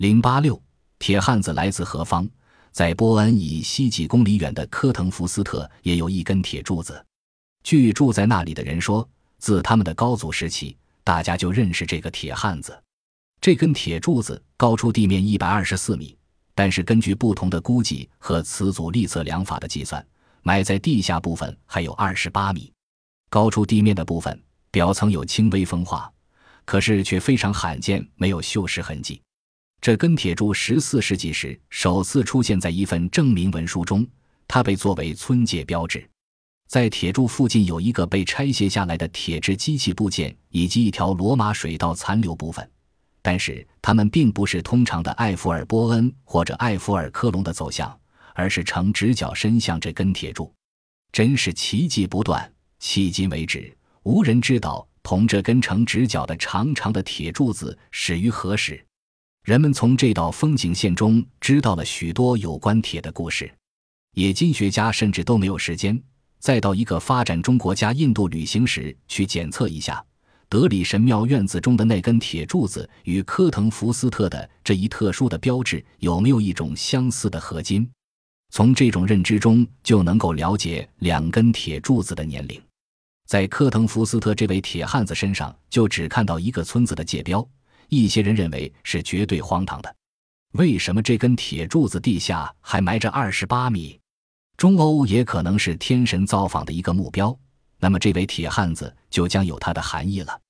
086铁汉子来自何方？在波恩以西几公里远的科滕福斯特也有一根铁柱子。据住在那里的人说，自他们的高祖时期，大家就认识这个铁汉子。这根铁柱子高出地面124米，但是根据不同的估计和磁阻力测量法的计算，埋在地下部分还有28米。高出地面的部分表层有轻微风化，可是却非常罕见，没有锈蚀痕迹。这根铁柱14世纪时首次出现在一份证明文书中，它被作为村界标志。在铁柱附近有一个被拆卸下来的铁制机器部件以及一条罗马水道残留部分，但是它们并不是通常的埃弗尔波恩或者埃弗尔科隆的走向，而是呈直角伸向这根铁柱。真是奇迹不断，迄今为止无人知道同这根呈直角的长长的铁柱子始于何时。人们从这道风景线中知道了许多有关铁的故事，冶金学家甚至都没有时间再到一个发展中国家印度旅行时去检测一下德里神庙院子中的那根铁柱子与科滕福斯特的这一特殊的标志有没有一种相似的合金。从这种认知中就能够了解两根铁柱子的年龄。在科滕福斯特这位铁汉子身上就只看到一个村子的界标，一些人认为是绝对荒唐的。为什么这根铁柱子地下还埋着28米？中欧也可能是天神造访的一个目标，那么这位铁汉子就将有它的含义了。